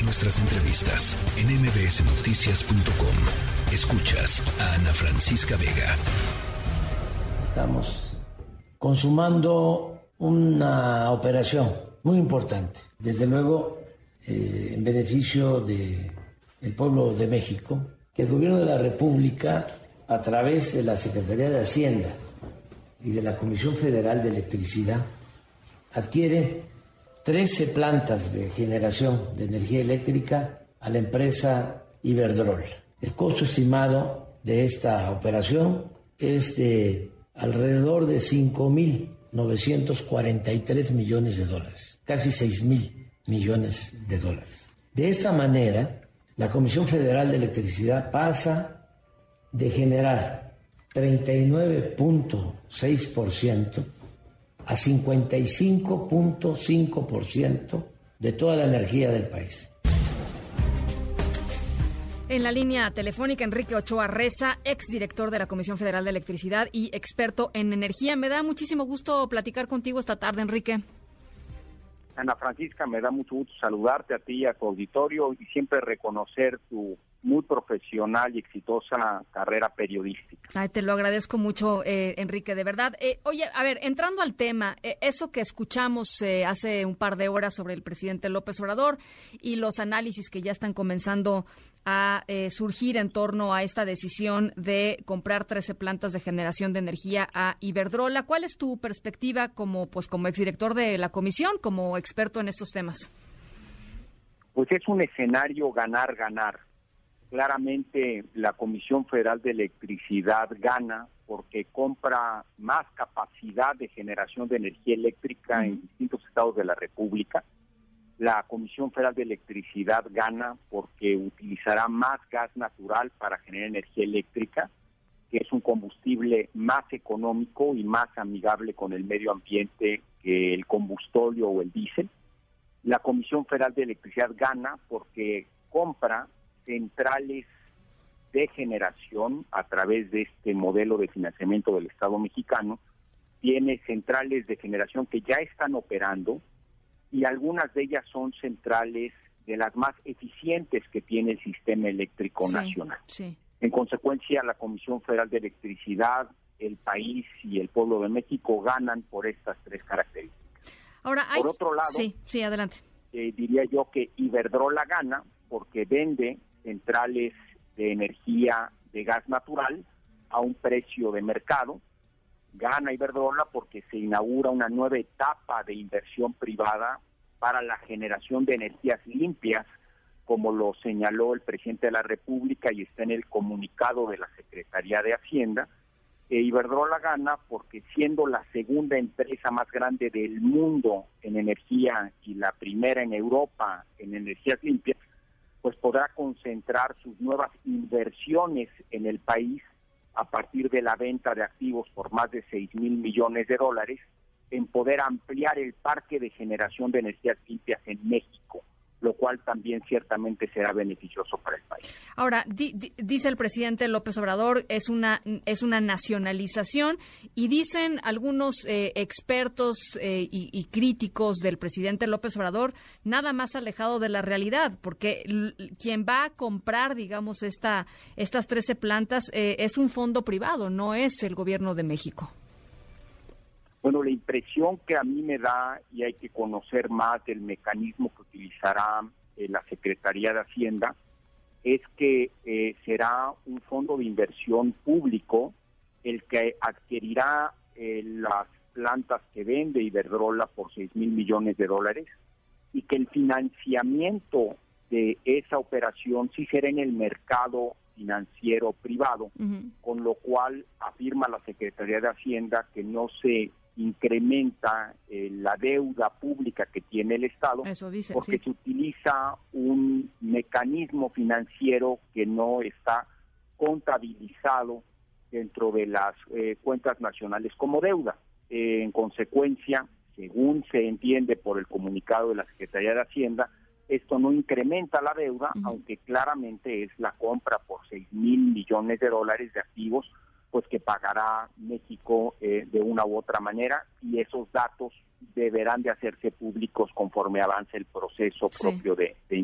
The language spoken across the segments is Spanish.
Nuestras entrevistas en mbsnoticias.com. Escuchas a Ana Francisca Vega. Estamos consumando una operación muy importante, desde luego en beneficio del pueblo de México, que el gobierno de la República, a través de la Secretaría de Hacienda y de la Comisión Federal de Electricidad, adquiere 13 plantas de generación de energía eléctrica a la empresa Iberdrola. El costo estimado de esta operación es de alrededor de 5.943 millones de dólares, casi 6.000 millones de dólares. De esta manera, la Comisión Federal de Electricidad pasa de generar 39.6% a 55.5% de toda la energía del país. En la línea telefónica, Enrique Ochoa Reza, exdirector de la Comisión Federal de Electricidad y experto en energía. Me da muchísimo gusto platicar contigo esta tarde, Enrique. Ana Francisca, me da mucho gusto saludarte a ti y a tu auditorio y siempre reconocer tu muy profesional y exitosa carrera periodística. Ay, te lo agradezco mucho, Enrique, de verdad. Oye, a ver, entrando al tema, eso que escuchamos hace un par de horas sobre el presidente López Obrador y los análisis que ya están comenzando a surgir en torno a esta decisión de comprar 13 plantas de generación de energía a Iberdrola. ¿Cuál es tu perspectiva como exdirector de la comisión, como experto en estos temas? Pues es un escenario ganar-ganar. Claramente la Comisión Federal de Electricidad gana porque compra más capacidad de generación de energía eléctrica en distintos estados de la República. La Comisión Federal de Electricidad gana porque utilizará más gas natural para generar energía eléctrica, que es un combustible más económico y más amigable con el medio ambiente que el combustóleo o el diésel. La Comisión Federal de Electricidad gana porque compra centrales de generación a través de este modelo de financiamiento del Estado mexicano. Tiene centrales de generación que ya están operando y algunas de ellas son centrales de las más eficientes que tiene el sistema eléctrico nacional. Sí. En consecuencia, la Comisión Federal de Electricidad, el país y el pueblo de México ganan por estas tres características. Ahora, por otro lado, sí, adelante. Diría yo que Iberdrola gana porque vende centrales de energía de gas natural a un precio de mercado. Gana Iberdrola porque se inaugura una nueva etapa de inversión privada para la generación de energías limpias, como lo señaló el presidente de la República y está en el comunicado de la Secretaría de Hacienda. Iberdrola gana porque, siendo la segunda empresa más grande del mundo en energía y la primera en Europa en energías limpias, pues podrá concentrar sus nuevas inversiones en el país a partir de la venta de activos por más de 6,000 millones de dólares en poder ampliar el parque de generación de energías limpias en México, lo cual también ciertamente será beneficioso para el país. Ahora, dice el presidente López Obrador, es una nacionalización, y dicen algunos expertos y críticos del presidente López Obrador, nada más alejado de la realidad, porque quien va a comprar, digamos, estas 13 plantas es un fondo privado, no es el gobierno de México. Bueno, la impresión que a mí me da, y hay que conocer más del mecanismo que utilizará la Secretaría de Hacienda, es que será un fondo de inversión público el que adquirirá las plantas que vende Iberdrola por 6,000 millones de dólares y que el financiamiento de esa operación sí será en el mercado financiero privado, con lo cual afirma la Secretaría de Hacienda que no se incrementa la deuda pública que tiene el Estado, porque se utiliza un mecanismo financiero que no está contabilizado dentro de las cuentas nacionales como deuda. En consecuencia, según se entiende por el comunicado de la Secretaría de Hacienda, esto no incrementa la deuda, aunque claramente es la compra por 6,000 millones de dólares de activos, pues que pagará México de una u otra manera, y esos datos deberán de hacerse públicos conforme avance el proceso propio de inversión.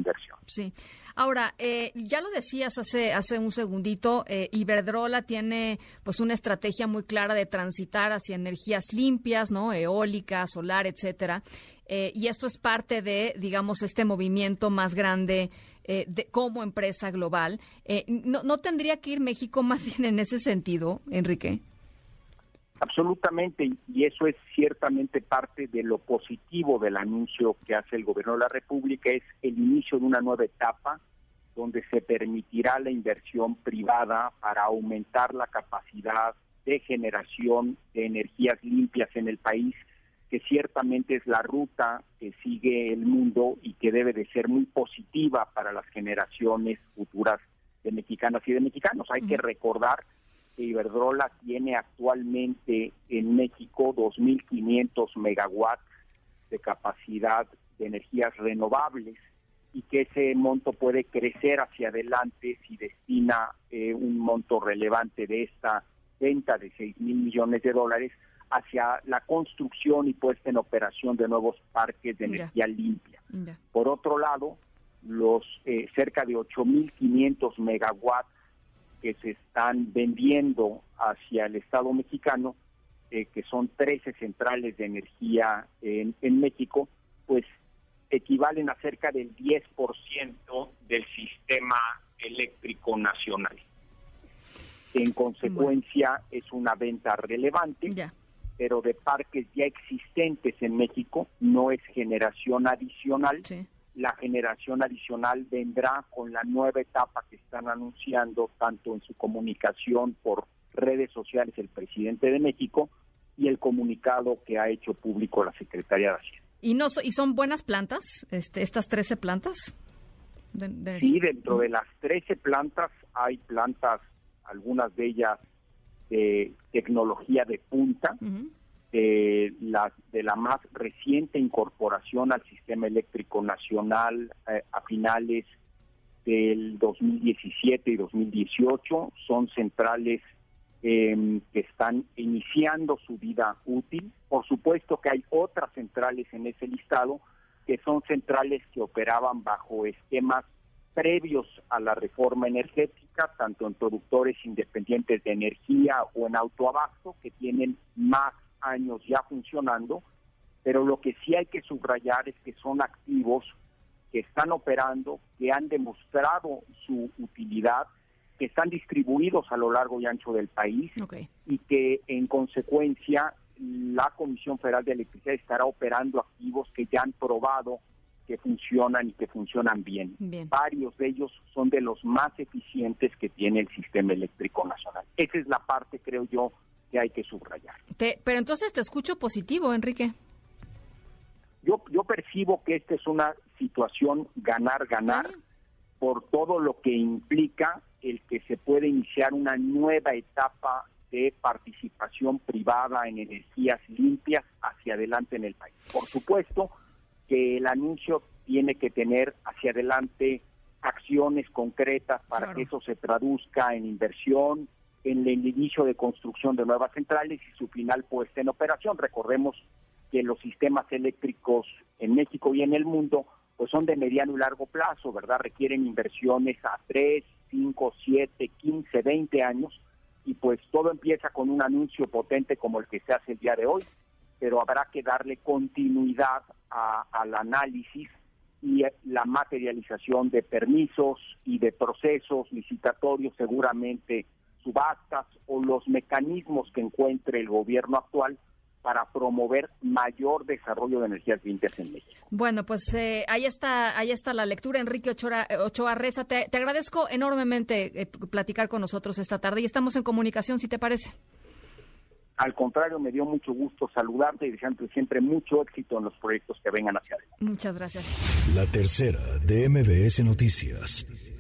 Sí. Ahora, ya lo decías hace un segundito, Iberdrola tiene pues una estrategia muy clara de transitar hacia energías limpias, ¿no? Eólica, solar, etcétera. Y esto es parte de, digamos, este movimiento más grande como empresa global. ¿No tendría que ir México más bien en ese sentido, Enrique? Absolutamente, y eso es ciertamente parte de lo positivo del anuncio que hace el Gobierno de la República, es el inicio de una nueva etapa donde se permitirá la inversión privada para aumentar la capacidad de generación de energías limpias en el país, que ciertamente es la ruta que sigue el mundo y que debe de ser muy positiva para las generaciones futuras de mexicanas y de mexicanos. Hay que recordar que Iberdrola tiene actualmente en México 2.500 megawatts de capacidad de energías renovables y que ese monto puede crecer hacia adelante si destina un monto relevante de esta venta de $6,000 millones hacia la construcción y puesta en operación de nuevos parques de energía limpia. Por otro lado, los cerca de 8.500 megawatts que se están vendiendo hacia el Estado mexicano, que son 13 centrales de energía en México, pues equivalen a cerca del 10% del sistema eléctrico nacional. En consecuencia, es una venta relevante, pero de parques ya existentes en México, no es generación adicional. Sí. La generación adicional vendrá con la nueva etapa que están anunciando tanto en su comunicación por redes sociales el presidente de México y el comunicado que ha hecho público la Secretaría de Hacienda. ¿Y son buenas plantas, estas 13 plantas? Sí, dentro de las 13 plantas hay plantas, algunas de ellas de tecnología de punta, de la más reciente incorporación al sistema eléctrico nacional a finales del 2017 y 2018. Son centrales que están iniciando su vida útil. Por supuesto que hay otras centrales en ese listado que son centrales que operaban bajo esquemas previos a la reforma energética, tanto en productores independientes de energía o en autoabasto, que tienen más años ya funcionando, pero lo que sí hay que subrayar es que son activos que están operando, que han demostrado su utilidad, que están distribuidos a lo largo y ancho del país y que en consecuencia la Comisión Federal de Electricidad estará operando activos que ya han probado que funcionan y que funcionan bien. Varios de ellos son de los más eficientes que tiene el sistema eléctrico nacional. Esa es la parte, creo yo, que hay que subrayar. Pero entonces te escucho positivo, Enrique. Yo percibo que esta es una situación ganar-ganar por todo lo que implica el que se puede iniciar una nueva etapa de participación privada en energías limpias hacia adelante en el país. Por supuesto que el anuncio tiene que tener hacia adelante acciones concretas para que eso se traduzca en inversión, en el inicio de construcción de nuevas centrales y su final puesta en operación. Recordemos que los sistemas eléctricos en México y en el mundo pues son de mediano y largo plazo, ¿verdad? Requieren inversiones a 3, 5, 7, 15, 20 años y pues todo empieza con un anuncio potente como el que se hace el día de hoy, pero habrá que darle continuidad al análisis y la materialización de permisos y de procesos licitatorios, seguramente subastas o los mecanismos que encuentre el gobierno actual para promover mayor desarrollo de energías limpias en México. Bueno, pues ahí está la lectura. Enrique Ochoa Reza, te agradezco enormemente platicar con nosotros esta tarde y estamos en comunicación, si te parece. Al contrario, me dio mucho gusto saludarte y desearte siempre mucho éxito en los proyectos que vengan hacia adelante. Muchas gracias. La tercera de MBS Noticias.